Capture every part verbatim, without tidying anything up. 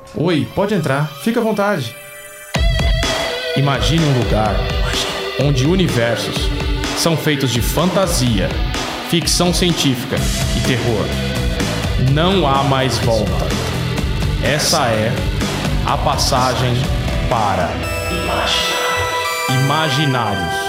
Oi, pode entrar, fica à vontade. Imagine um lugar onde universos são feitos de fantasia, ficção científica e terror. Não há mais volta. Essa é a passagem para Imaginários.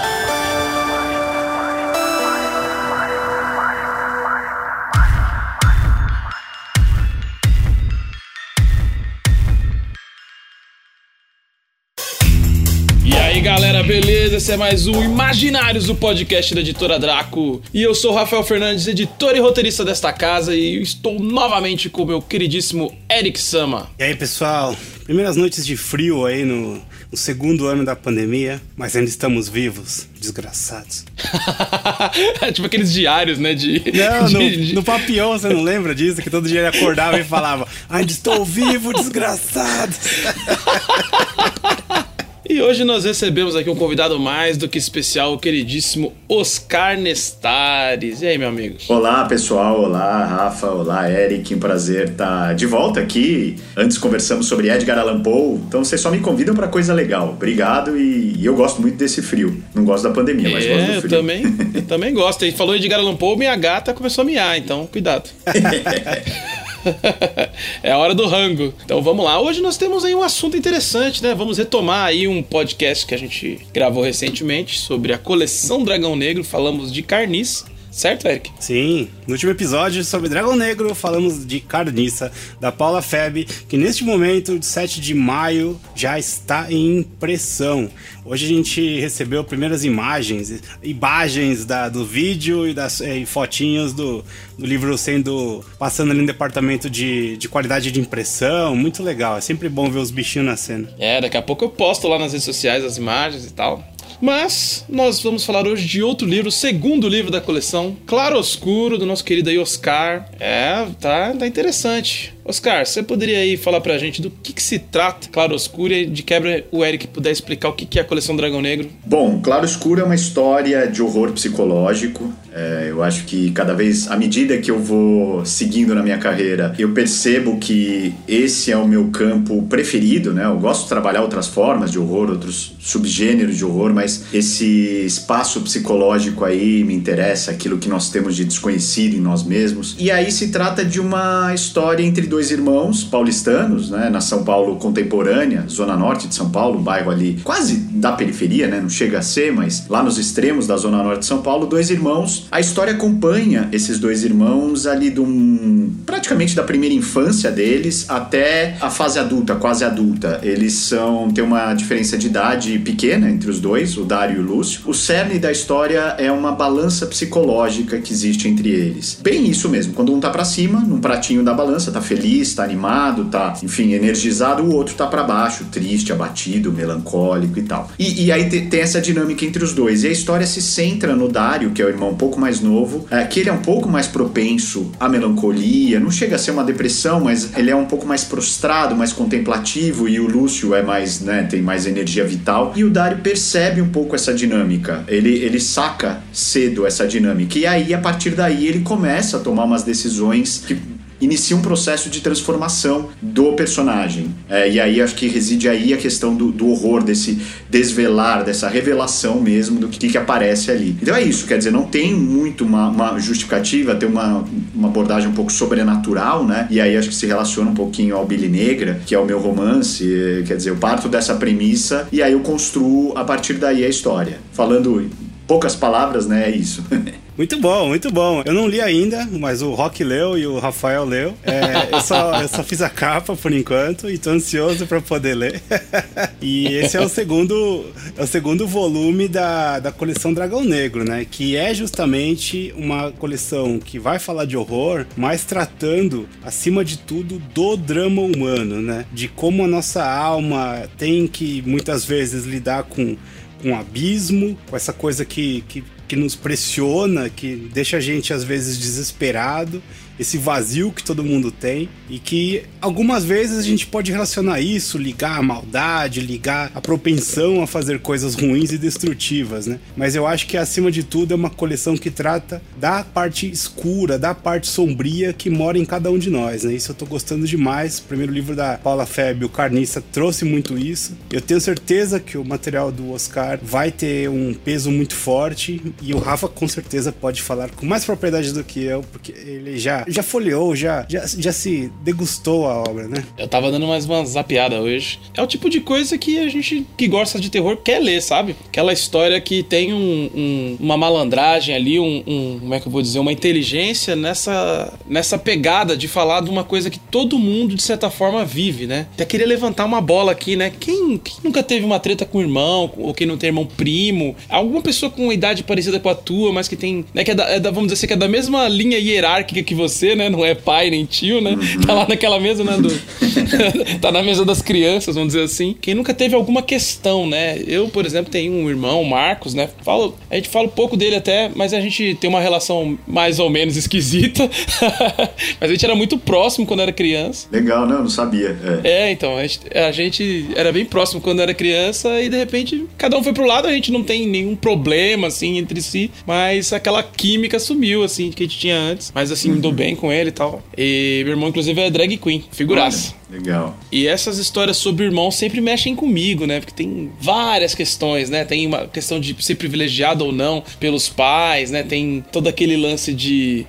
E aí galera, beleza? Esse é mais um Imaginários, o podcast da Editora Draco. E eu sou o Rafael Fernandes, editor e roteirista desta casa, e estou novamente com o meu queridíssimo Eric Sama. E aí pessoal, primeiras noites de frio aí no, no segundo ano da pandemia, mas ainda estamos vivos, desgraçados. É tipo aqueles diários, né? De, não, de, no, de... no Papillon, você não lembra disso? Que todo dia ele acordava e falava: ainda estou vivo, desgraçados. E hoje nós recebemos aqui um convidado mais do que especial, o queridíssimo Oscar Nestares. E aí, meu amigo? Olá, pessoal. Olá, Rafa. Olá, Eric. Um prazer estar de volta aqui. Antes conversamos sobre Edgar Allan Poe, então vocês só me convidam pra coisa legal. Obrigado, e, e eu gosto muito desse frio. Não gosto da pandemia, mas é, gosto do frio. Eu também, eu também gosto. E falou Edgar Allan Poe, minha gata começou a miar, então cuidado. É a hora do rango. Então vamos lá. Hoje nós temos aí um assunto interessante, né? Vamos retomar aí um podcast que a gente gravou recentemente sobre a coleção Dragão Negro. Falamos de Carniça. Certo, Eric? Sim, no último episódio sobre Dragão Negro falamos de Carniça, da Paula Feb, que neste momento, de sete de maio, já está em impressão. Hoje a gente recebeu primeiras imagens, imagens da, do vídeo e, das, e fotinhos do, do livro sendo passando ali no departamento de, de qualidade de impressão. Muito legal, é sempre bom ver os bichinhos nascendo. É, daqui a pouco eu posto lá nas redes sociais as imagens e tal. Mas nós vamos falar hoje de outro livro, o segundo livro da coleção, Claro Oscuro, do nosso querido aí Oscar. É, tá, tá interessante. Oscar, você poderia aí falar pra gente do que, que se trata Claro Oscuro, e de quebra o Eric puder explicar o que, que é a coleção Dragão Negro? Bom, Claro Oscuro é uma história de horror psicológico. É, eu acho que cada vez, à medida que eu vou seguindo na minha carreira, eu percebo que esse é o meu campo preferido, né? Eu gosto de trabalhar outras formas de horror, outros subgêneros de horror, mas esse espaço psicológico aí me interessa, aquilo que nós temos de desconhecido em nós mesmos. E aí se trata de uma história entre dois irmãos paulistanos, né, na São Paulo contemporânea, zona norte de São Paulo, um bairro ali quase da periferia, né, não chega a ser, mas lá nos extremos da zona norte de São Paulo, dois irmãos. A história acompanha esses dois irmãos ali de um, praticamente da primeira infância deles até a fase adulta, quase adulta. Eles são, tem uma diferença de idade pequena entre os dois, o Dário e o Lúcio. O cerne da história é uma balança psicológica que existe entre eles. Bem isso mesmo, quando um tá pra cima, num pratinho da balança, tá feliz, tá animado, tá, enfim, energizado, o outro tá pra baixo, triste, abatido, melancólico e tal. E, e aí te, tem essa dinâmica entre os dois. E a história se centra no Dário, que é o irmão um pouco mais novo, é, que ele é um pouco mais propenso à melancolia, não chega a ser uma depressão, mas ele é um pouco mais prostrado, mais contemplativo, e o Lúcio é mais, né, tem mais energia vital. E o Dário percebe um pouco essa dinâmica, ele, ele saca cedo essa dinâmica. E aí, a partir daí, ele começa a tomar umas decisões que inicia um processo de transformação do personagem. É, e aí acho que reside aí a questão do, do horror, desse desvelar, dessa revelação mesmo do que, que aparece ali. Então é isso, quer dizer, não tem muito uma, uma justificativa, tem uma, uma abordagem um pouco sobrenatural, né? E aí acho que se relaciona um pouquinho ao Billy Negra, que é o meu romance, quer dizer, eu parto dessa premissa e aí eu construo a partir daí a história. Falando em poucas palavras, né, é isso. Muito bom, muito bom. Eu não li ainda, mas o Rock leu e o Rafael leu. É, eu, só, eu só fiz a capa por enquanto e tô ansioso para poder ler. E esse é o segundo, é o segundo volume da, da coleção Dragão Negro, né? Que é justamente uma coleção que vai falar de horror, mas tratando, acima de tudo, do drama humano, né? De como a nossa alma tem que, muitas vezes, lidar com um abismo, com essa coisa que... que que nos pressiona, que deixa a gente às vezes desesperado, esse vazio que todo mundo tem e que algumas vezes a gente pode relacionar isso, ligar a maldade, ligar a propensão a fazer coisas ruins e destrutivas, né? Mas eu acho que acima de tudo é uma coleção que trata da parte escura, da parte sombria que mora em cada um de nós, né? Isso eu tô gostando demais. O primeiro livro da Paula Feby, O Carniça, trouxe muito isso. Eu tenho certeza que o material do Oscar vai ter um peso muito forte e o Rafa com certeza pode falar com mais propriedade do que eu, porque ele já, já folheou, já, já, já se degustou a obra, né? Eu tava dando mais uma zapeada hoje. É o tipo de coisa que a gente que gosta de terror quer ler, sabe? Aquela história que tem um, um, uma malandragem ali, um, um, como é que eu vou dizer, uma inteligência nessa, nessa pegada de falar de uma coisa que todo mundo, de certa forma, vive, né? Até queria levantar uma bola aqui, né? Quem, quem nunca teve uma treta com o irmão, ou quem não tem irmão primo? Alguma pessoa com uma idade parecida com a tua, mas que tem, né? Que é da, é da, vamos dizer assim, que é da mesma linha hierárquica que você, né? Não é pai nem tio, né? Tá lá naquela mesa, né? Do... tá na mesa das crianças, vamos dizer assim. Quem nunca teve alguma questão, né? Eu, por exemplo, tenho um irmão, o Marcos, né? Falo, a gente fala um pouco dele até, mas a gente tem uma relação mais ou menos esquisita. Mas a gente era muito próximo quando era criança. Legal, não, não sabia. É, é então, a gente, a gente era bem próximo quando era criança e de repente cada um foi pro lado, a gente não tem nenhum problema, assim, entre si, mas aquela química sumiu, assim, que a gente tinha antes. Mas, assim, me dou bem com ele e tal. E meu irmão, inclusive, é drag queen, figuraça. Olha, legal. E essas histórias sobre irmão sempre mexem comigo, né? Porque tem várias questões, né? Tem uma questão de ser privilegiado ou não pelos pais, né? Tem todo aquele lance de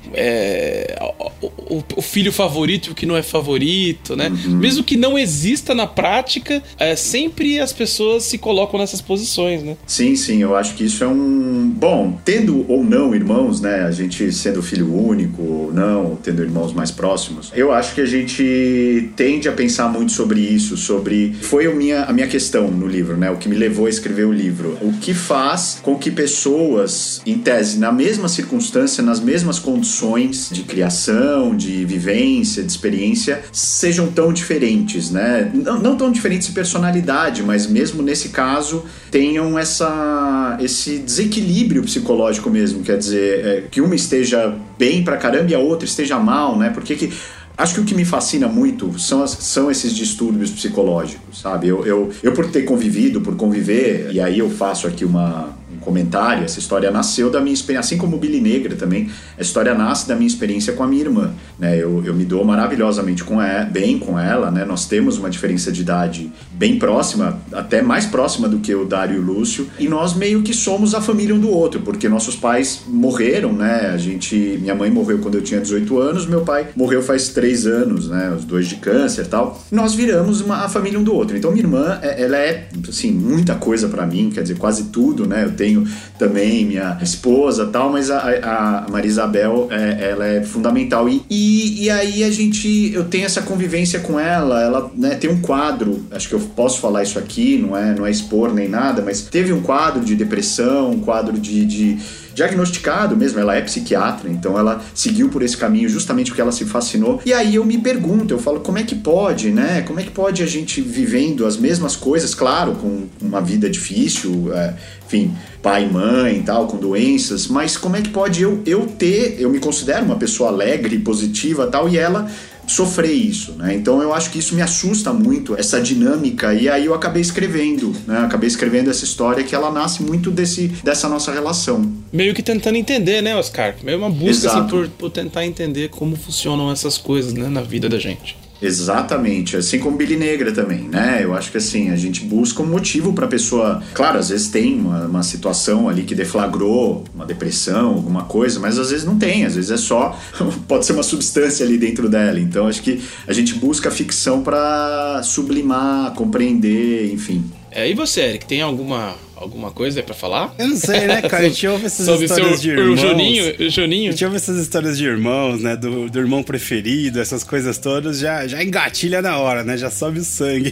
é, o, o, o filho favorito e o que não é favorito, né? Uhum. Mesmo que não exista na prática, é, sempre as pessoas se colocam nessas posições, né? Sim, sim, eu acho que isso é um... Bom, tendo ou não irmãos, né? A gente sendo filho único ou não, tendo irmãos mais próximos, eu acho que a gente tende a pensar muito sobre isso, sobre... Foi a minha, a minha questão no livro, né? O que me levou a escrever o livro. O que faz com que pessoas, em tese, na mesma circunstância, nas mesmas condições de criação, de vivência, de experiência, sejam tão diferentes, né? Não, não tão diferentes de personalidade, mas mesmo nesse caso, tenham essa, esse desequilíbrio psicológico mesmo. Quer dizer, é, que uma esteja bem pra caramba e a outra esteja mal, né? Porque que... Acho que o que me fascina muito são, as, são esses distúrbios psicológicos, sabe? Eu, eu, eu, por ter convivido, por conviver, e aí eu faço aqui uma, um comentário, essa história nasceu da minha experiência, assim como o Billy Negra também, a história nasce da minha experiência com a minha irmã, né? Eu, eu me dou maravilhosamente com ela, bem com ela, né? Nós temos uma diferença de idade bem próxima, até mais próxima do que o Dário e o Lúcio, e nós meio que somos a família um do outro, porque nossos pais morreram, né? A gente, minha mãe morreu quando eu tinha dezoito anos, meu pai morreu faz três anos, né? Os dois de câncer e tal. Nós viramos uma, a família um do outro. Então minha irmã, ela é, assim, muita coisa pra mim, quer dizer, quase tudo, né? Eu tenho também minha esposa e tal, mas a, a Maria Isabel, é, ela é fundamental. E, e, e aí a gente, eu tenho essa convivência com ela, ela, né, tem um quadro, acho que eu posso falar isso aqui, não é, não é expor nem nada, mas teve um quadro de depressão, um quadro de... de diagnosticado mesmo, ela é psiquiatra, então ela seguiu por esse caminho justamente porque ela se fascinou. E aí eu me pergunto, eu falo, como é que pode, né? Como é que pode a gente vivendo as mesmas coisas, claro, com uma vida difícil, é, enfim, pai e mãe e tal, com doenças, mas como é que pode eu, eu ter, eu me considero uma pessoa alegre, positiva e tal, e ela sofrer isso, né? Então eu acho que isso me assusta muito, essa dinâmica, e aí eu acabei escrevendo, né? Acabei escrevendo essa história que ela nasce muito desse, dessa nossa relação. Meio que tentando entender, né, Oscar? Meio uma busca assim, por, por tentar entender como funcionam essas coisas, né, na vida da gente. Exatamente, assim como Billy Negra também, né? Eu acho que assim, a gente busca um motivo pra pessoa... Claro, às vezes tem uma, uma situação ali que deflagrou uma depressão, alguma coisa, mas às vezes não tem, às vezes é só... Pode ser uma substância ali dentro dela. Então acho que a gente busca a ficção pra sublimar, compreender, enfim. É, e você, Eric, tem alguma... Alguma coisa aí pra falar? Eu não sei, né, cara? A gente ouve essas sobre histórias seu, de irmãos. O Juninho, o Juninho. A gente ouve essas histórias de irmãos, né? Do, do irmão preferido, essas coisas todas, já, já engatilha na hora, né? Já sobe o sangue.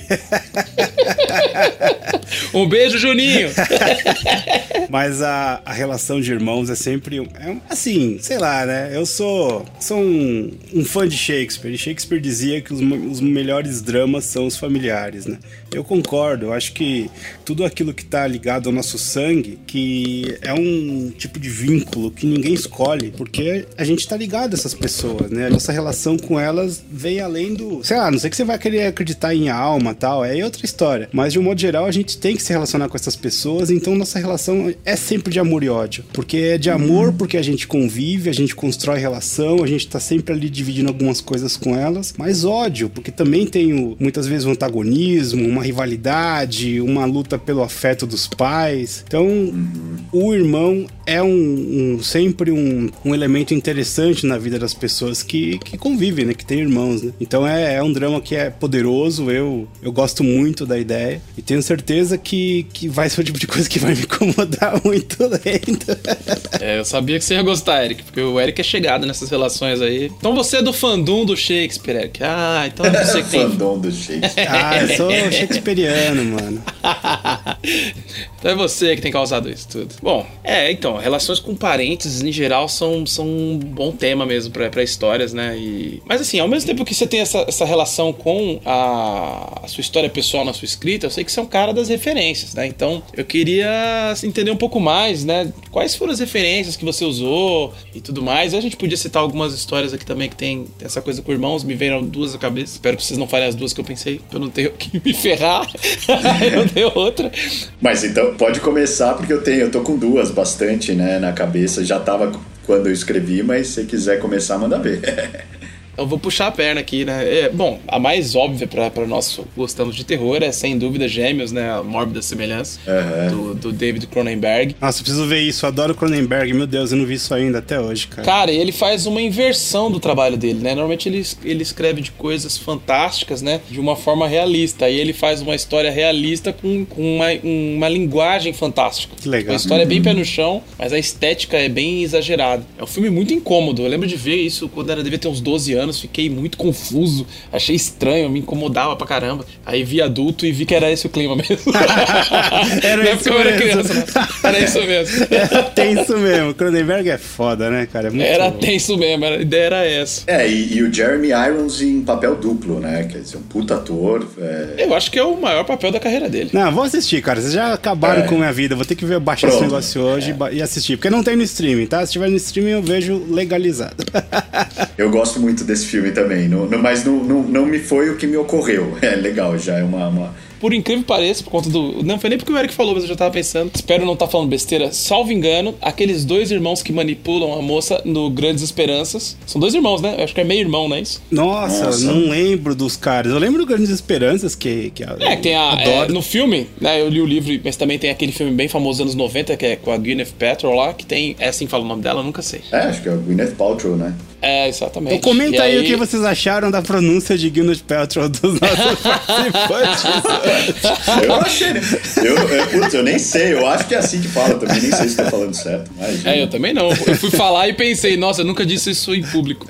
Um beijo, Juninho! Mas a, a relação de irmãos é sempre... É, assim, sei lá, né? Eu sou, sou um, um fã de Shakespeare. E Shakespeare dizia que os, os melhores dramas são os familiares, né? Eu concordo. Eu acho que tudo aquilo que tá ligado ligado ao nosso sangue, que é um tipo de vínculo que ninguém escolhe, porque a gente tá ligado a essas pessoas, né? A nossa relação com elas vem além do... Sei lá, não sei que você vai querer acreditar em alma e tal, é outra história. Mas, de um modo geral, a gente tem que se relacionar com essas pessoas, então nossa relação é sempre de amor e ódio. Porque é de amor porque a gente convive, a gente constrói relação, a gente tá sempre ali dividindo algumas coisas com elas, mas ódio, porque também tem o, muitas vezes um antagonismo, uma rivalidade, uma luta pelo afeto dos pais. Então, uhum. o irmão é um, um sempre um, um elemento interessante na vida das pessoas que, que convivem, né? Que tem irmãos, né? Então é, é um drama que é poderoso, eu, eu gosto muito da ideia e tenho certeza que, que vai ser o tipo de coisa que vai me incomodar muito lento. É, eu sabia que você ia gostar, Eric, porque o Eric é chegado nessas relações aí. Então você é do fandom do Shakespeare, Eric. Ah, então é você que tem... Fandom do Shakespeare. Ah, eu sou shakespeariano, mano. Então é você que tem causado isso tudo. Bom, é, então, relações com parentes, em geral, são, são um bom tema mesmo pra, pra histórias, né? E... Mas assim, ao mesmo tempo que você tem essa, essa relação com a, a sua história pessoal na sua escrita, eu sei que você é um cara das referências, né? Então, eu queria entender um pouco mais, né? Quais foram as referências que você usou e tudo mais. E a gente podia citar algumas histórias aqui também que tem essa coisa com irmãos, me vieram duas à cabeça. Espero que vocês não falem as duas que eu pensei, pra eu não ter que me ferrar. Eu não tenho outra. Mas então, pode começar, porque eu tenho, eu tô com duas bastante, né, na cabeça. Já tava quando eu escrevi, mas se quiser começar, manda ver. Eu vou puxar a perna aqui, né? É, bom, a mais óbvia para nós gostamos de terror é, sem dúvida, Gêmeos, né? A Mórbida Semelhança, uhum. do, do David Cronenberg. Nossa, eu preciso ver isso. Eu adoro Cronenberg. Meu Deus, eu não vi isso ainda até hoje, cara. Cara, ele faz uma inversão do trabalho dele, né? Normalmente ele, ele escreve de coisas fantásticas, né? De uma forma realista. Aí ele faz uma história realista com, com uma, uma linguagem fantástica. Que legal. A história uhum. é bem pé no chão, mas a estética é bem exagerada. É um filme muito incômodo. Eu lembro de ver isso quando eu devia ter uns doze anos. Fiquei muito confuso, achei estranho, me incomodava pra caramba. Aí vi adulto e vi que era esse o clima mesmo. Era não isso eu mesmo. Era criança, né? Era isso mesmo. Era tenso mesmo. Cronenberg é foda, né, cara? É muito era bom. tenso mesmo, a ideia era essa. É, e, e o Jeremy Irons em papel duplo, né? Quer dizer, um puta ator. É... Eu acho que é o maior papel da carreira dele. Não, vou assistir, cara. Vocês já acabaram é. com a minha vida. Vou ter que ver, baixar Pronto. esse negócio hoje é. e assistir. Porque não tem no streaming, tá? Se tiver no streaming, eu vejo legalizado. Eu gosto muito desse filme também. No, no, mas não, não, não me foi o que me ocorreu. É legal, já é uma... uma... Por incrível que pareça, por conta do... Não foi nem porque o Eric falou, mas eu já tava pensando. Espero não estar tá falando besteira. Salvo engano, aqueles dois irmãos que manipulam a moça no Grandes Esperanças. São dois irmãos, né? Eu acho que é meio irmão, não é isso? Nossa, Nossa. não lembro dos caras. Eu lembro do Grandes Esperanças, que, que É, tem a... É, no filme, né? Eu li o livro, mas também tem aquele filme bem famoso dos anos noventa, que é com a Gwyneth Paltrow lá, que tem... É assim que fala o nome dela? Eu nunca sei. É, acho que é a Gwyneth Paltrow, né? É, exatamente. Então comenta aí, aí o que vocês acharam da pronúncia de Gwyneth Paltrow dos nossos participantes. Eu achei... Eu, eu, putz, eu nem sei. Eu acho que é assim que fala também. Nem sei se tô falando certo. Mas, é, eu também não. Eu fui falar e pensei, nossa, eu nunca disse isso em público.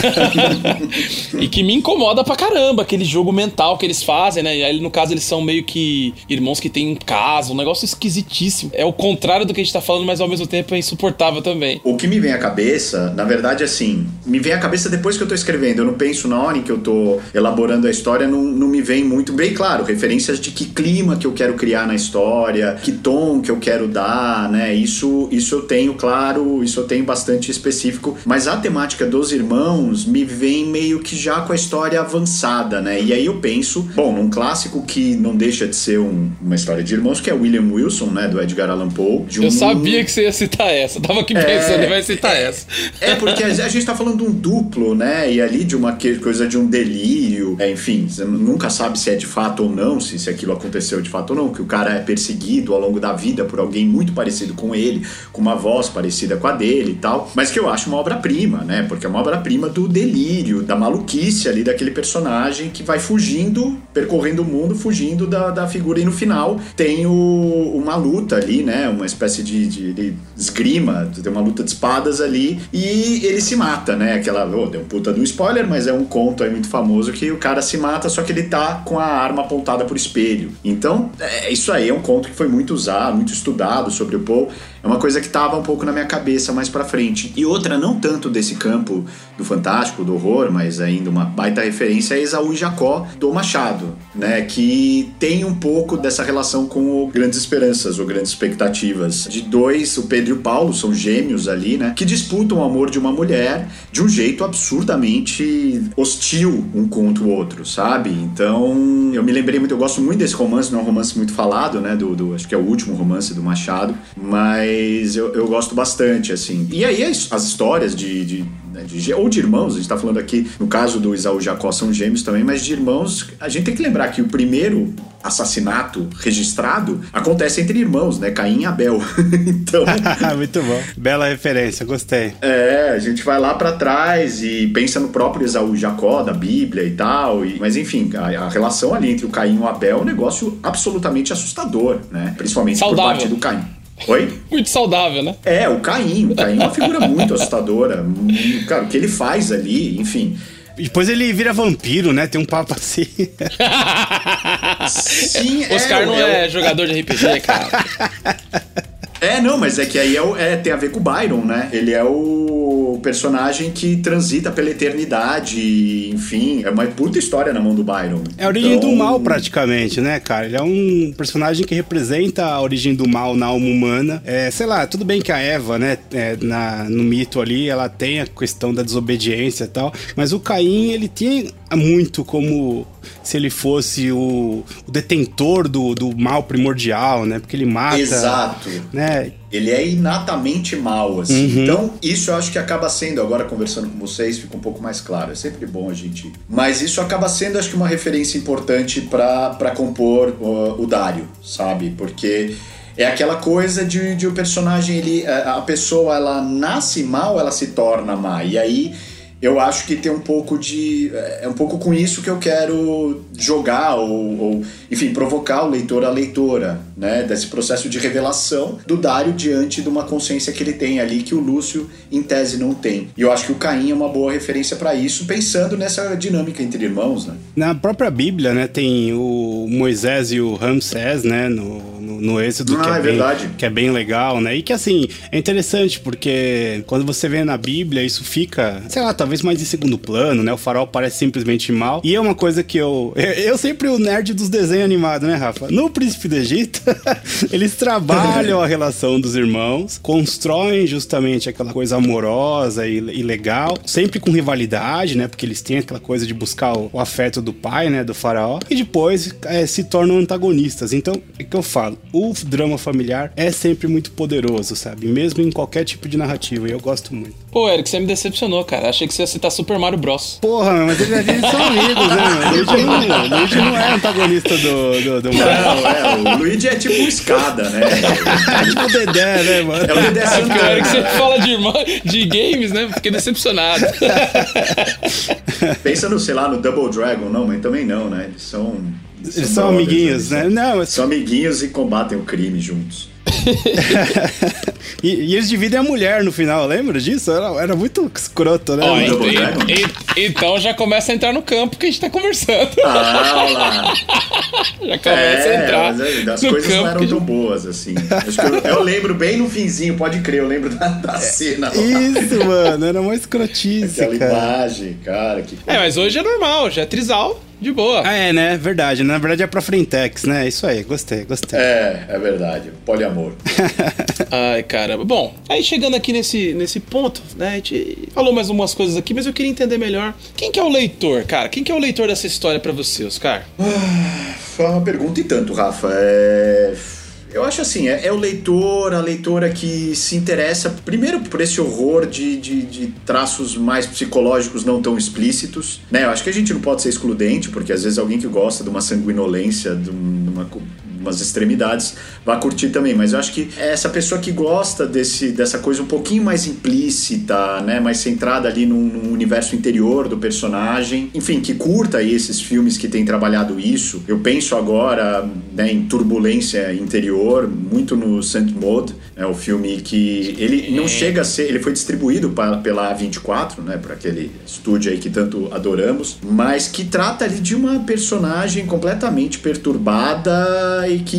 E que me incomoda pra caramba, aquele jogo mental que eles fazem, né? E aí, no caso, eles são meio que irmãos que têm um caso, um negócio esquisitíssimo. É o contrário do que a gente tá falando, mas ao mesmo tempo é insuportável também. O que me vem à cabeça, na verdade, assim... Me vem à cabeça depois que eu tô escrevendo. Eu não penso na hora em que eu tô elaborando a história, não, não me vem muito bem, claro, referências de que clima que eu quero criar na história, que tom que eu quero dar, né? Isso, isso eu tenho, claro, isso eu tenho bastante específico, mas a temática dos irmãos me vem meio que já com a história avançada, né? E aí eu penso, bom, num clássico que não deixa de ser um, uma história de irmãos, que é William Wilson, né? Do Edgar Allan Poe. De um... Eu sabia que você ia citar essa, eu tava aqui pensando, é, ele vai citar é, essa. É, porque a, a gente tá falando de um duplo, né? E ali de uma coisa de um delírio, é, enfim, você nunca sabe se é de fato ou não, se, se aquilo aconteceu de fato ou não, que o cara é perseguido ao longo da vida por alguém muito parecido com ele, com uma voz parecida com a dele e tal, mas que eu acho uma obra-prima, né? Porque é uma obra-prima do delírio, da maluquice ali daquele personagem que vai fugindo, percorrendo o mundo, fugindo da, da figura, e no final tem o, uma luta ali, né? Uma espécie de, de, de esgrima, tem uma luta de espadas ali, e ele se mata, né? Aquela, oh, deu um puta do spoiler, mas é um conto aí muito famoso que o cara se mata, só que ele tá com a arma apontada pro espelho. Então, é, isso aí é um conto que foi muito usado, muito estudado sobre o Poe. É é uma coisa que tava um pouco na minha cabeça mais pra frente. E outra, não tanto desse campo do fantástico, do horror, mas ainda uma baita referência é Esaú e Jacó, do Machado, né? Que tem um pouco dessa relação com o Grandes Esperanças, ou Grandes Expectativas. De dois, o Pedro e o Paulo, são gêmeos ali, né? Que disputam o amor de uma mulher de um jeito absurdamente hostil um contra o outro, sabe? Então, eu me lembrei muito, eu gosto muito desse romance, não é um romance muito falado, né? Do, do, acho que é o último romance do Machado, mas eu, eu gosto bastante, assim. E aí as, as histórias de, de, de, ou de irmãos, a gente tá falando aqui, no caso do Esaú e Jacó são gêmeos também, mas de irmãos, a gente tem que lembrar que o primeiro assassinato registrado acontece entre irmãos, né? Caim e Abel. Então... Muito bom. Bela referência, gostei. É, a gente vai lá pra trás e pensa no próprio Esaú e Jacó da Bíblia e tal, e, mas enfim, a, a relação ali entre o Caim e o Abel é um negócio absolutamente assustador, né? Principalmente saudável. Por parte do Caim. Oi? Muito saudável, né? É, o Caim. O Caim é uma figura muito assustadora. Cara, o que ele faz ali, enfim... Depois ele vira vampiro, né? Tem um papo assim. Sim, Oscar é, não é, é jogador de R P G, cara. É, não, mas é que aí é, o, é, tem a ver com o Byron, né? Ele é o personagem que transita pela eternidade, enfim, é uma puta história na mão do Byron. É a origem então... do mal, praticamente, né, cara? Ele é um personagem que representa a origem do mal na alma humana. É, sei lá, tudo bem que a Eva, né, é, na, no mito ali, ela tem a questão da desobediência e tal, mas o Caim, ele tinha muito como se ele fosse o, o detentor do, do mal primordial, né? Porque ele mata... Exato. Né? Ele é inatamente mal, assim. Uhum. Então, isso eu acho que acaba sendo, agora conversando com vocês, fica um pouco mais claro. É sempre bom a gente... Mas isso acaba sendo, acho que, uma referência importante pra, pra compor uh, o Dário, sabe? Porque... é aquela coisa de, de o personagem, ele, a pessoa, ela nasce mal, ela se torna má. E aí... eu acho que tem um pouco de... é um pouco com isso que eu quero jogar ou, ou enfim, provocar o leitor, a leitora, né? Desse processo de revelação do Dário diante de uma consciência que ele tem ali, que o Lúcio, em tese, não tem. E eu acho que o Caim é uma boa referência para isso, pensando nessa dinâmica entre irmãos, né? Na própria Bíblia, né, tem o Moisés e o Ramsés, né, no, no, no Êxodo, ah, que é, é bem, verdade. que é bem legal, né? E que, assim, é interessante, porque quando você vê na Bíblia, isso fica, sei lá, talvez mais em segundo plano, né? O Faraó parece simplesmente mal. E é uma coisa que eu... Eu sempre o nerd dos desenhos animados, né, Rafa? No Príncipe do Egito, eles trabalham a relação dos irmãos, constroem justamente aquela coisa amorosa e, e legal, sempre com rivalidade, né? Porque eles têm aquela coisa de buscar o, o afeto do pai, né? Do Faraó. E depois é, se tornam antagonistas. Então, é que eu falo, o drama familiar é sempre muito poderoso, sabe? Mesmo em qualquer tipo de narrativa. E eu gosto muito. Pô, Eric, você me decepcionou, cara. Achei que você ia citar Super Mario Bros. Porra, mas eles, eles são amigos, né, mano? O Luigi não, o Luigi não é antagonista do, do, do Mario. Não, é, o Luigi é tipo um escada, né? É tipo o Dedé, né, mano? É o Dedé É porque o Santana. Eric sempre fala de, irmã, de games, né? Fiquei decepcionado. Pensa no, sei lá, no Double Dragon, não, mas também não, né? Eles são... Eles são brothers, amiguinhos, eles né? São, Não, são amiguinhos e combatem o crime juntos. e, e eles dividem a mulher no final, lembra disso? Era, era muito escroto, né? Ó, mano? Double e- Dragon? e- então já começa a entrar no campo que a gente tá conversando. Ah, olha lá. Já começa a É, entrar mas é, as no coisas não campo eram que tão boas, assim. Acho que eu, eu lembro bem no finzinho, pode crer, eu lembro da, da cena lá. Isso, mano, era uma escrotice, Aquela cara. imagem, cara, que É, mas hoje é normal, já é trisal, de boa. Ah, é, né? Verdade. Na verdade é pra Frentex, né? Isso aí, gostei, gostei. É, é verdade, poliamor. Ai, caramba. Bom, aí chegando aqui nesse, nesse ponto, né? A gente falou mais umas coisas aqui, mas eu queria entender melhor. Quem que é o leitor, cara? Quem que é o leitor dessa história pra você, Oscar? Foi uma pergunta e tanto, Rafa. É... Eu acho assim, é, é o leitor, a leitora que se interessa primeiro por esse horror de, de, de traços mais psicológicos não tão explícitos, né? Eu acho que a gente não pode ser excludente, porque às vezes alguém que gosta de uma sanguinolência, de uma... umas extremidades, vai curtir também, mas eu acho que é essa pessoa que gosta desse, dessa coisa um pouquinho mais implícita, né, mais centrada ali num, num universo interior do personagem, enfim, que curta aí esses filmes que têm trabalhado isso. Eu penso agora, né, em Turbulência Interior, muito no Saint Maud, né, o filme que ele não chega a ser, ele foi distribuído pra, pela A vinte e quatro, né, para aquele estúdio aí que tanto adoramos, mas que trata ali de uma personagem completamente perturbada e que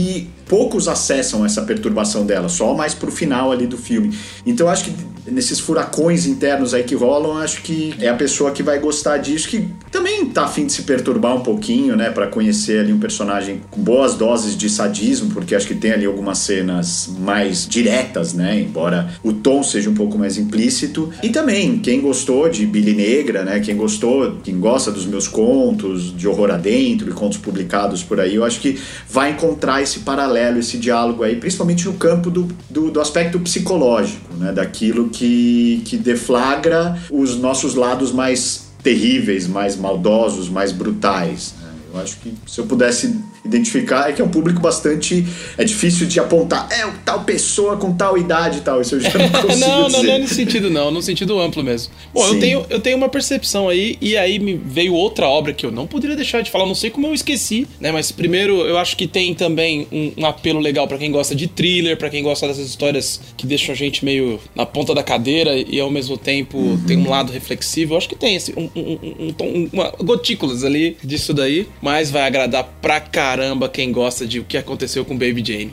poucos acessam essa perturbação dela, só mais pro final ali do filme. Então eu acho que nesses furacões internos aí que rolam, eu acho que é a pessoa que vai gostar disso, que também tá a fim de se perturbar um pouquinho, né, pra conhecer ali um personagem com boas doses de sadismo, porque acho que tem ali algumas cenas mais diretas, né, embora o tom seja um pouco mais implícito. E também, quem gostou de Billy Negra, né, quem gostou, quem gosta dos meus contos, de horror adentro e contos publicados por aí, eu acho que vai encontrar esse paralelo, esse diálogo aí, principalmente no campo do, do, do aspecto psicológico, né, daquilo que, que deflagra os nossos lados mais terríveis, mais maldosos, mais brutais, né? Eu acho que se eu pudesse identificar, é que é um público bastante... É difícil de apontar, é tal pessoa com tal idade e tal, isso eu já não consigo não, dizer. Não, não é nesse sentido não, no sentido amplo mesmo. Bom, eu tenho, eu tenho uma percepção aí, e aí me veio outra obra que eu não poderia deixar de falar, não sei como eu esqueci, né, mas primeiro eu acho que tem também um, um apelo legal pra quem gosta de thriller, pra quem gosta dessas histórias que deixam a gente meio na ponta da cadeira e ao mesmo tempo uhum. tem um lado reflexivo. Eu acho que tem esse, um, um, um, um, uma gotículas ali disso daí, mas vai agradar pra caramba quem gosta de o que aconteceu com Baby Jane.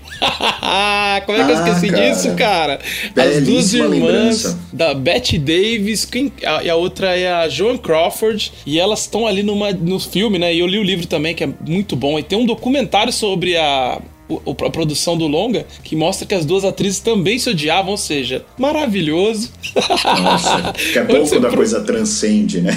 Como é que eu esqueci ah, cara. disso, cara? As duas irmãs lembrança. da Bette Davis, quem, a, e a outra é a Joan Crawford, e elas estão ali numa, no filme, né? E eu li o livro também, que é muito bom. E tem um documentário sobre a... a produção do longa, que mostra que as duas atrizes também se odiavam, ou seja, maravilhoso. Nossa, daqui a pouco da pro... coisa transcende, né?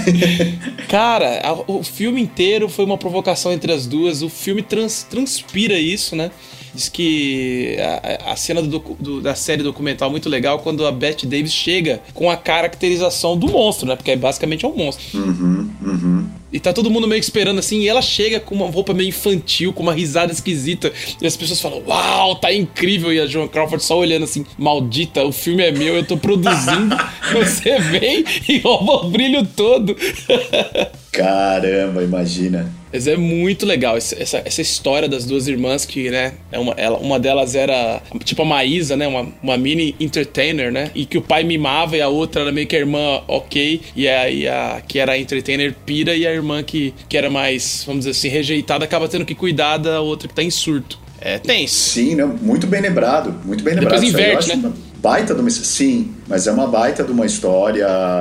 Cara, a, o filme inteiro foi uma provocação entre as duas, o filme trans, transpira isso, né? Diz que a, a cena do, do, da série documental é muito legal quando a Bette Davis chega com a caracterização do monstro, né? Porque basicamente é um monstro. Uhum, uhum. E tá todo mundo meio que esperando assim, e ela chega com uma roupa meio infantil, com uma risada esquisita, e as pessoas falam, uau, tá incrível, e a Joan Crawford só olhando assim, maldita, o filme é meu, eu tô produzindo, você vem e rouba o brilho todo. Caramba, imagina. Mas é muito legal essa, essa, essa história das duas irmãs que, né, é uma, ela, uma delas era tipo a Maísa, né, uma, uma mini entertainer, né, e que o pai mimava e a outra era meio que a irmã ok, e aí a, a que era a entertainer pira e a irmã que, que era mais, vamos dizer assim, rejeitada acaba tendo que cuidar da outra que tá em surto. É tenso. Sim, não, muito bem lembrado, muito bem lembrado. Depois inverte, né? Baita de uma... Sim, mas é uma baita de uma história.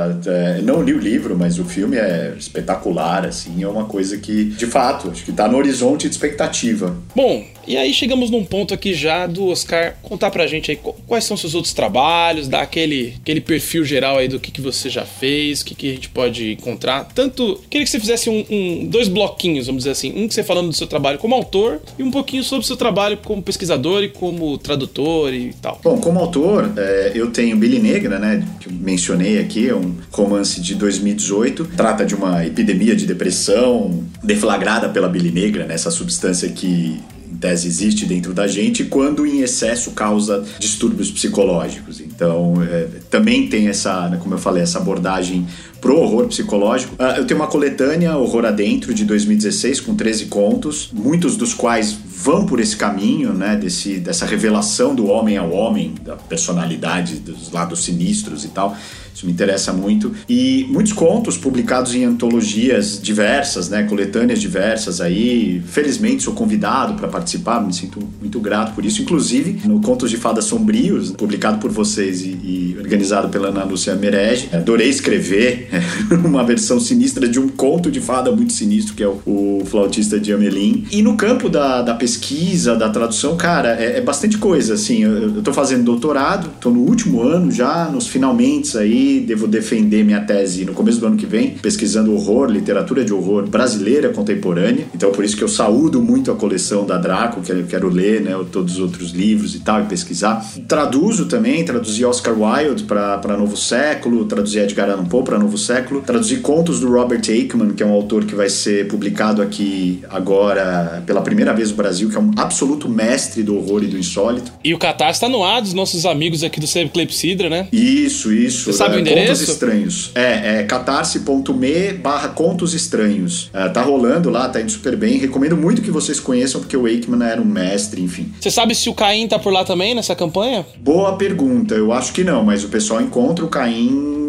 É, não li o livro, mas o filme é espetacular, assim, é uma coisa que, de fato, acho que tá no horizonte de expectativa. Bom, e aí chegamos num ponto aqui já do Oscar contar pra gente aí quais são seus outros trabalhos, dar aquele, aquele perfil geral aí do que, que você já fez, o que, que a gente pode encontrar. Tanto, queria que você fizesse um, um, dois bloquinhos, vamos dizer assim, um que você falando do seu trabalho como autor e um pouquinho sobre o seu trabalho como pesquisador e como tradutor e tal. Bom, como autor, é, eu tenho Billy Negra, né, que eu mencionei aqui, é um romance de dois mil e dezoito, trata de uma epidemia de depressão deflagrada pela Billy Negra, né, essa substância que em tese existe dentro da gente, quando em excesso causa distúrbios psicológicos. Então, é, também tem essa, né, como eu falei, essa abordagem pro horror psicológico. Uh, eu tenho uma coletânea, Horror Adentro, de dois mil e dezesseis, com treze contos, muitos dos quais vão por esse caminho, né, desse, dessa revelação do homem ao homem, da personalidade, dos lados sinistros e tal. Isso me interessa muito. E muitos contos publicados em antologias diversas, né, coletâneas diversas aí. Felizmente sou convidado para participar, me sinto muito grato por isso. Inclusive, no Contos de Fadas Sombrios, publicado por vocês e, e organizado pela Ana Lúcia Merege. Adorei escrever uma versão sinistra de um conto de fada muito sinistro, que é o, o Flautista de Amelin. E no campo da, da pesquisa, da tradução, cara, é, é bastante coisa, assim. Eu, eu tô fazendo doutorado, tô no último ano já, nos finalmente aí. Devo defender minha tese no começo do ano que vem, pesquisando horror, literatura de horror brasileira contemporânea. Então, por isso que eu saúdo muito a coleção da Draco, que eu quero ler, né, todos os outros livros e tal, e pesquisar. Traduzo também, traduzi Oscar Wilde para Novo Século, traduzi Edgar Allan Poe para Novo Século, traduzi contos do Robert Aickman, que é um autor que vai ser publicado aqui agora pela primeira vez no Brasil, que é um absoluto mestre do horror e do insólito. E o Catarse tá no ar dos nossos amigos aqui do Save Clepsidra, né? Isso, isso. Você sabe o endereço? Contos Estranhos. É, é catarse.me barra Contos Estranhos. É, tá rolando lá, tá indo super bem. Recomendo muito que vocês conheçam, porque o Aickman era um mestre, enfim. Você sabe se o Caim tá por lá também, nessa campanha? Boa pergunta. Eu acho que não, mas o pessoal encontra o Caim no, no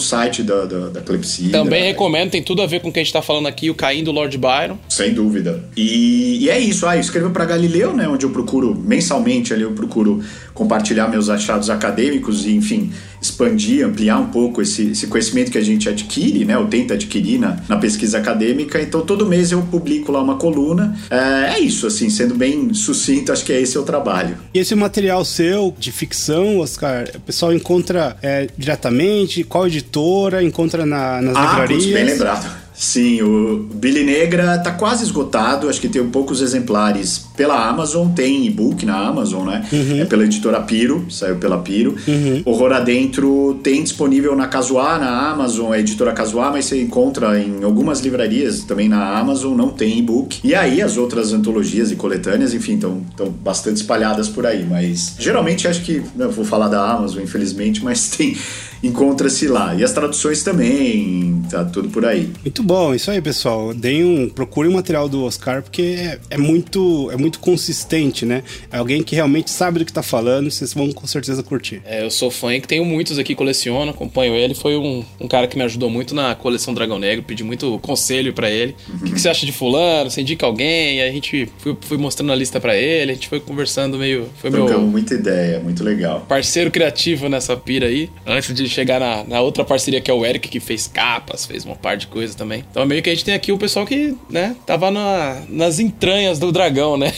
site da, da, da Clepsidra. Também recomendo, tem tudo a ver com o que a gente tá falando aqui, o Caim do Lord Byron. Sem dúvida. E, e é isso, ah, eu escrevo para Galileu, né, onde eu procuro, mensalmente ali eu procuro compartilhar meus achados acadêmicos e, enfim, expandir, ampliar um pouco esse, esse conhecimento que a gente adquire, né, ou tenta adquirir na, na pesquisa acadêmica. Então todo mês eu publico lá uma coluna. É, é isso, assim, sendo bem sucinto, acho que é esse o trabalho. E esse material seu de ficção, Oscar, o pessoal encontra é, diretamente? Qual editora? Encontra na, nas ah, livrarias? Ah, bem lembrado. Sim, o Billy Negra tá quase esgotado, acho que tem poucos exemplares pela Amazon, tem e-book na Amazon, né? Uhum. É pela editora Piro, saiu pela Piro. Uhum. Horror Adentro tem disponível na Casuá, na Amazon, é a editora Casuá, mas você encontra em algumas livrarias também na Amazon, não tem e-book. E aí as outras antologias e coletâneas, enfim, estão bastante espalhadas por aí, mas geralmente acho que, não vou falar da Amazon, infelizmente, mas tem... encontra-se lá. E as traduções também, tá tudo por aí. Muito bom, isso aí, pessoal. Deem um, procurem o material do Oscar, porque é, é, muito, é muito consistente, né? É alguém que realmente sabe do que tá falando, vocês vão com certeza curtir. É, eu sou fã e tenho muitos aqui, coleciono, acompanho ele. Foi um, um cara que me ajudou muito na coleção Dragão Negro, pedi muito conselho pra ele. O uhum. que, que você acha de fulano? Você indica alguém? E aí a gente foi, foi mostrando a lista pra ele, a gente foi conversando meio... Foi Trocamos meu muita ideia, muito legal. Parceiro criativo nessa pira aí, antes de chegar na, na outra parceria que é o Eric, que fez capas, fez uma par de coisa também. Então meio que a gente tem aqui o pessoal que, né, tava na, nas entranhas do dragão, né?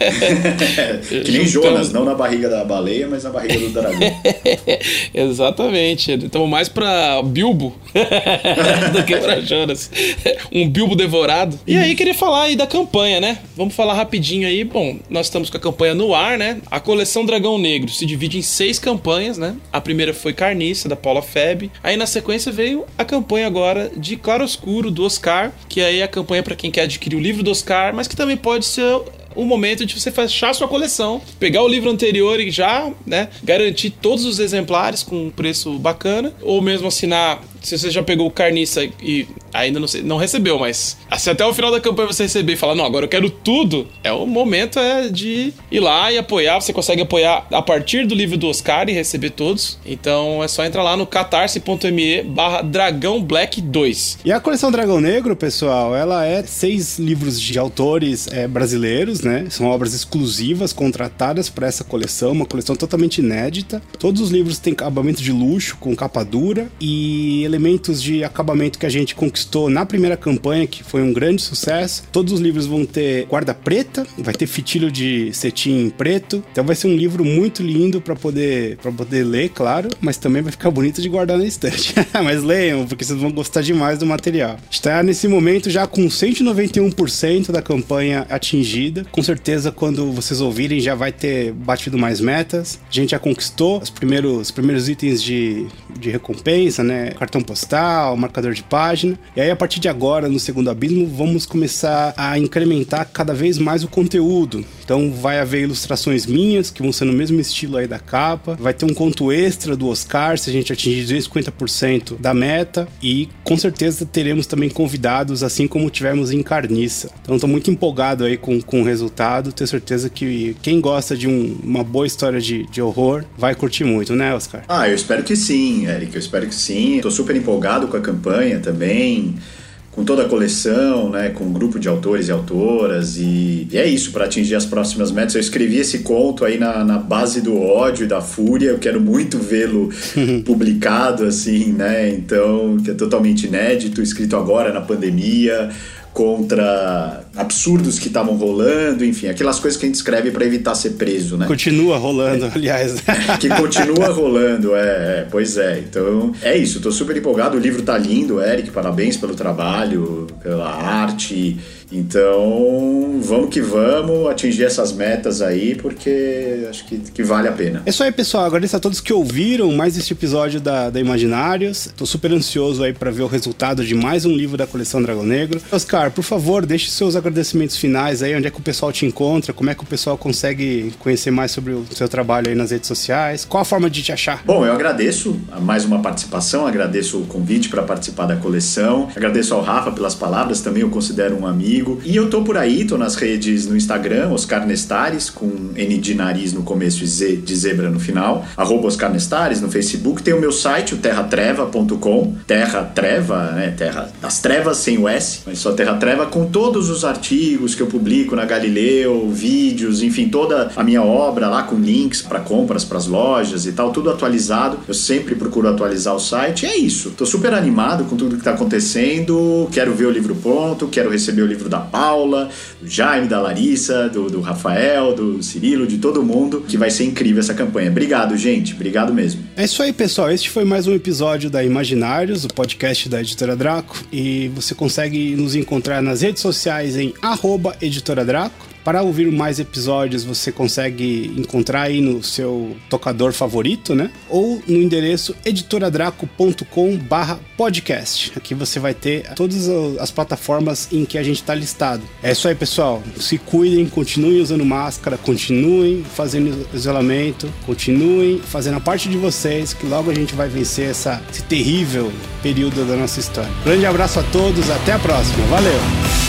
Que nem Jonas, não na barriga da baleia, mas na barriga do dragão. Exatamente. Então mais pra Bilbo do que pra Jonas. Um Bilbo devorado. E aí queria falar aí da campanha, né? Vamos falar rapidinho aí. Bom, nós estamos com a campanha no ar, né? A coleção Dragão Negro se divide em seis campanhas, né? A primeira foi Carniça, da Paula Feb. Aí na sequência veio a campanha agora de Claroscuro, do Oscar, que aí é a campanha para quem quer adquirir o livro do Oscar, mas que também pode ser o momento de você fechar sua coleção, pegar o livro anterior e já, né, garantir todos os exemplares com um preço bacana, ou mesmo assinar, se você já pegou o Carniça e ainda não, sei, não recebeu, mas se até o final da campanha você receber e falar, não, agora eu quero tudo, é o momento é de ir lá e apoiar. Você consegue apoiar a partir do livro do Oscar e receber todos, então é só entrar lá no catarse.me barra Dragão Black dois. E a coleção Dragão Negro, pessoal, ela é seis livros de autores é, brasileiros, né? São obras exclusivas contratadas para essa coleção, uma coleção totalmente inédita. Todos os livros têm acabamento de luxo, com capa dura e elementos de acabamento que a gente conquistou na primeira campanha, que foi um grande sucesso. Todos os livros vão ter guarda preta, vai ter fitilho de cetim preto, então vai ser um livro muito lindo para poder, para poder ler, claro, mas também vai ficar bonito de guardar na estante. Mas leiam, porque vocês vão gostar demais do material. Está nesse momento já com cento e noventa e um por cento da campanha atingida. Com certeza, quando vocês ouvirem, já vai ter batido mais metas. A gente já conquistou os primeiros, os primeiros itens de, de recompensa, né? Cartão postal, marcador de página. E aí, a partir de agora, no segundo abismo, vamos começar a incrementar cada vez mais o conteúdo. Então, vai haver ilustrações minhas, que vão ser no mesmo estilo aí da capa. Vai ter um conto extra do Oscar, se a gente atingir duzentos e cinquenta por cento da meta. E, com certeza, teremos também convidados, assim como tivemos em Carniça. Então, estou muito empolgado aí com, com o resultado. Tenho certeza que quem gosta de um, uma boa história de, de horror vai curtir muito, né, Oscar? Ah, eu espero que sim, Eric. Eu espero que sim. Tô super empolgado com a campanha também, com toda a coleção, né, com um grupo de autores e autoras, e, e é isso, para atingir as próximas metas. Eu escrevi esse conto aí na, na base do ódio e da fúria, eu quero muito vê-lo publicado, assim, né, então, que é totalmente inédito, escrito agora na pandemia, contra absurdos que estavam rolando, enfim, aquelas coisas que a gente escreve para evitar ser preso, né? Continua rolando, é. aliás. Que continua rolando, é, é, pois é. Então, é isso, tô super empolgado, o livro tá lindo, Eric, parabéns pelo trabalho, pela arte. Então, vamos que vamos atingir essas metas aí, porque acho que, que vale a pena. É isso aí, pessoal. Agradeço a todos que ouviram mais este episódio da, da Imaginários. Tô super ansioso aí para ver o resultado de mais um livro da coleção Dragão Negro. Oscar, por favor, deixe seus agradecimentos finais aí, onde é que o pessoal te encontra, como é que o pessoal consegue conhecer mais sobre o seu trabalho aí nas redes sociais, qual a forma de te achar? Bom, eu agradeço mais uma participação, agradeço o convite para participar da coleção, agradeço ao Rafa pelas palavras, também eu considero um amigo. comigo. E eu tô por aí, tô nas redes no Instagram, Oscar Nestares, com N de nariz no começo e Z de zebra no final, arroba Oscar Nestares no Facebook. Tem o meu site, o terra treva ponto com, Terra Treva, né, Terra das Trevas sem o S, mas só Terra Treva, com todos os artigos que eu publico na Galileu, vídeos, enfim, toda a minha obra lá com links para compras, para as lojas e tal, tudo atualizado. Eu sempre procuro atualizar o site. E é isso. Tô super animado com tudo que tá acontecendo. Quero ver o livro pronto, quero receber o livro da Paula, do Jaime, da Larissa, do, do Rafael, do Cirilo, de todo mundo, que vai ser incrível essa campanha. Obrigado, gente. Obrigado mesmo. É isso aí, pessoal. Este foi mais um episódio da Imaginários, o podcast da Editora Draco, e você consegue nos encontrar nas redes sociais em arroba Editora Draco. Para ouvir mais episódios, você consegue encontrar aí no seu tocador favorito, né? Ou no endereço editoradraco ponto com barra podcast. Aqui você vai ter todas as plataformas em que a gente está listado. É isso aí, pessoal. Se cuidem, continuem usando máscara, continuem fazendo isolamento, continuem fazendo a parte de vocês, que logo a gente vai vencer essa, esse terrível período da nossa história. Grande abraço a todos, até a próxima. Valeu!